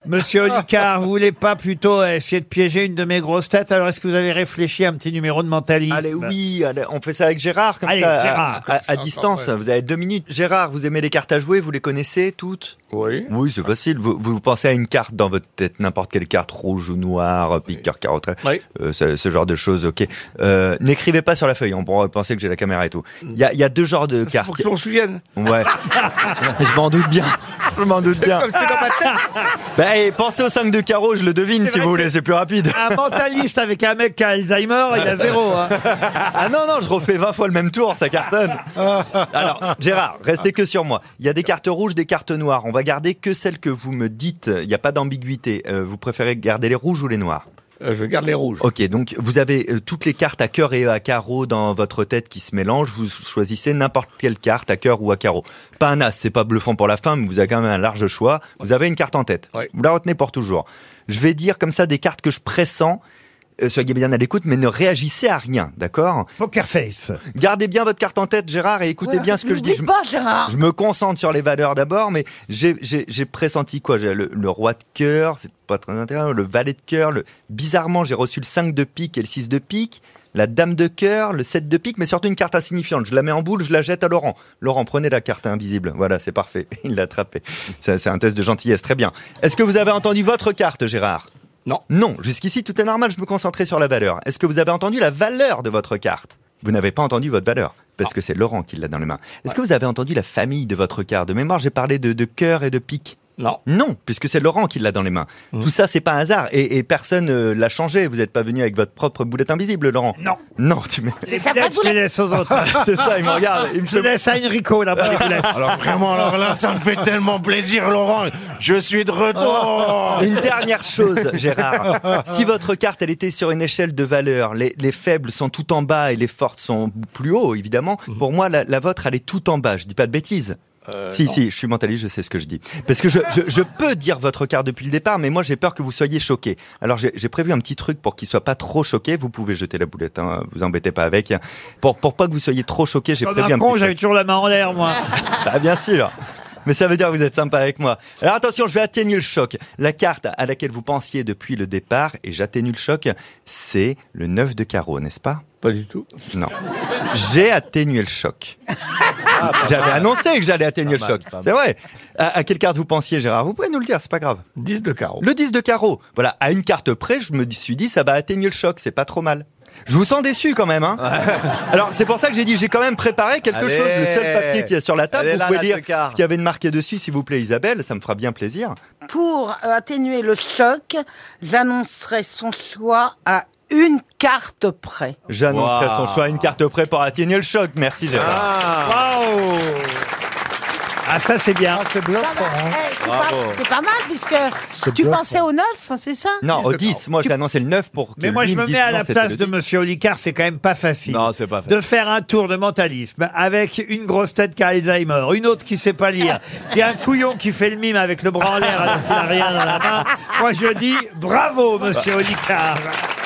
Monsieur Olicard, vous voulez pas plutôt essayer de piéger une de mes grosses têtes? Alors, est-ce que vous avez réfléchi à un petit numéro de mentalisme? Allez, oui, allez, on fait ça avec Gérard, comme Allez, ça, Gérard. à distance. Vous avez 2 minutes. Gérard, vous aimez les cartes à jouer, vous les connaissez toutes? Oui. Oui, c'est facile. Vous pensez à une carte dans votre tête, n'importe quelle carte, rouge ou noire, pique, cœur, carreau, trait. Oui. Ce genre de choses, ok. N'écrivez pas sur la feuille, on pourrait penser que j'ai la caméra et tout. Il y a 2 genres de cartes. Pour que je m'en souvienne. Ouais. Je m'en doute bien. Je m'en doute bien. Comme c'est dans ma tête. Ben, pensez au 5 de carreau, je le devine si vrai vous voulez, c'est plus rapide. Un mentaliste avec un mec qui a Alzheimer, il a 0. Hein. Ah non, je refais 20 fois le même tour, ça cartonne. Alors, Gérard, restez que sur moi. Il y a des cartes rouges, des cartes noires. On va garder que celles que vous me dites. Il n'y a pas d'ambiguïté. Vous préférez garder les rouges ou les noirs? Je garde les rouges. Ok, donc vous avez toutes les cartes à cœur et à carreau dans votre tête qui se mélangent. Vous choisissez n'importe quelle carte à cœur ou à carreau. Pas un as, c'est pas bluffant pour la fin, mais vous avez quand même un large choix. Vous avez une carte en tête. Ouais. Vous la retenez pour toujours. Je vais dire comme ça des cartes que je pressens. Soyez bien à l'écoute, mais ne réagissez à rien, d'accord? Poker face. Gardez bien votre carte en tête, Gérard, et écoutez bien ce que je dis. Pas, Gérard. Je me concentre sur les valeurs d'abord, mais j'ai pressenti quoi? J'ai le roi de cœur, c'est pas très intéressant, le valet de cœur, bizarrement, j'ai reçu le 5 de pique et le 6 de pique, la dame de cœur, le 7 de pique, mais surtout une carte insignifiante. Je la mets en boule, je la jette à Laurent. Laurent, prenez la carte invisible. Voilà, c'est parfait. Il l'a attrapée. C'est un test de gentillesse, très bien. Est-ce que vous avez entendu votre carte, Gérard? Non. Non, jusqu'ici tout est normal, je me concentrais sur la valeur. Est-ce que vous avez entendu la valeur de votre carte? Vous n'avez pas entendu votre valeur, parce que c'est Laurent qui l'a dans les mains. Est-ce que vous avez entendu la famille de votre carte? De mémoire, j'ai parlé de cœur et de pique. Non. Non, puisque c'est Laurent qui l'a dans les mains. Tout ça, c'est pas un hasard, et personne l'a changé. Vous n'êtes pas venu avec votre propre boulette invisible, Laurent. Non. Non, tu mets... C'est ça, Peut-être je les laisse aux autres. C'est ça, il me regarde. Il me Je laisse à Enrico, là-bas, les boulettes. Alors vraiment, alors là, ça me fait tellement plaisir, Laurent. Je suis de retour. Une dernière chose, Gérard. Si votre carte, elle était sur une échelle de valeur, les faibles sont tout en bas et les fortes sont plus haut, évidemment. Pour moi, la vôtre, elle est tout en bas. Je dis pas de bêtises. Si, je suis mentaliste, je sais ce que je dis. Parce que je peux dire votre carte depuis le départ, mais moi j'ai peur que vous soyez choqués. Alors j'ai prévu un petit truc pour qu'il soit pas trop choqué. Vous pouvez jeter la boulette, hein, vous embêtez pas avec. Pour pas que vous soyez trop choqués, j'ai Comme prévu un un con, petit j'avais truc. toujours la main en l'air, moi. Ah, bien sûr. Mais ça veut dire que vous êtes sympa avec moi. Alors attention, je vais atténuer le choc. La carte à laquelle vous pensiez depuis le départ, et j'atténue le choc, c'est le 9 de carreau, n'est-ce pas? Pas du tout. Non. J'ai atténué le choc. J'avais annoncé que j'allais atténuer le choc. C'est vrai. À quelle carte vous pensiez, Gérard? Vous pouvez nous le dire, c'est pas grave. 10 de carreau. Le 10 de carreau. Voilà, à une carte près, je me suis dit, ça va atténuer le choc, c'est pas trop mal. Je vous sens déçu quand même, hein. Alors c'est pour ça que j'ai dit, j'ai quand même préparé quelque chose. Le seul papier qu'il y a sur la table, vous pouvez lire ce qu'il y avait de marqué dessus, s'il vous plaît, Isabelle, ça me fera bien plaisir. Pour atténuer le choc, j'annoncerai son choix à une carte près. J'annoncerai son choix à une carte près pour atténuer le choc. Merci, Gérard. Waouh! Ah, ça, c'est bien. C'est pas mal, puisque tu pensais au 9, c'est ça? Non, au 10. Moi, je l'ai annoncé le 9 pour que Mais moi, lui je me dise mets à non, la c'était place le de 10. Monsieur Olicard, c'est quand même pas facile. Non, c'est pas facile. De faire un tour de mentalisme avec une grosse tête qui a Alzheimer, une autre qui sait pas lire, et un couillon qui fait le mime avec le bras en l'air alors qu'il a rien dans la main. Moi, je dis bravo, Monsieur Olicard.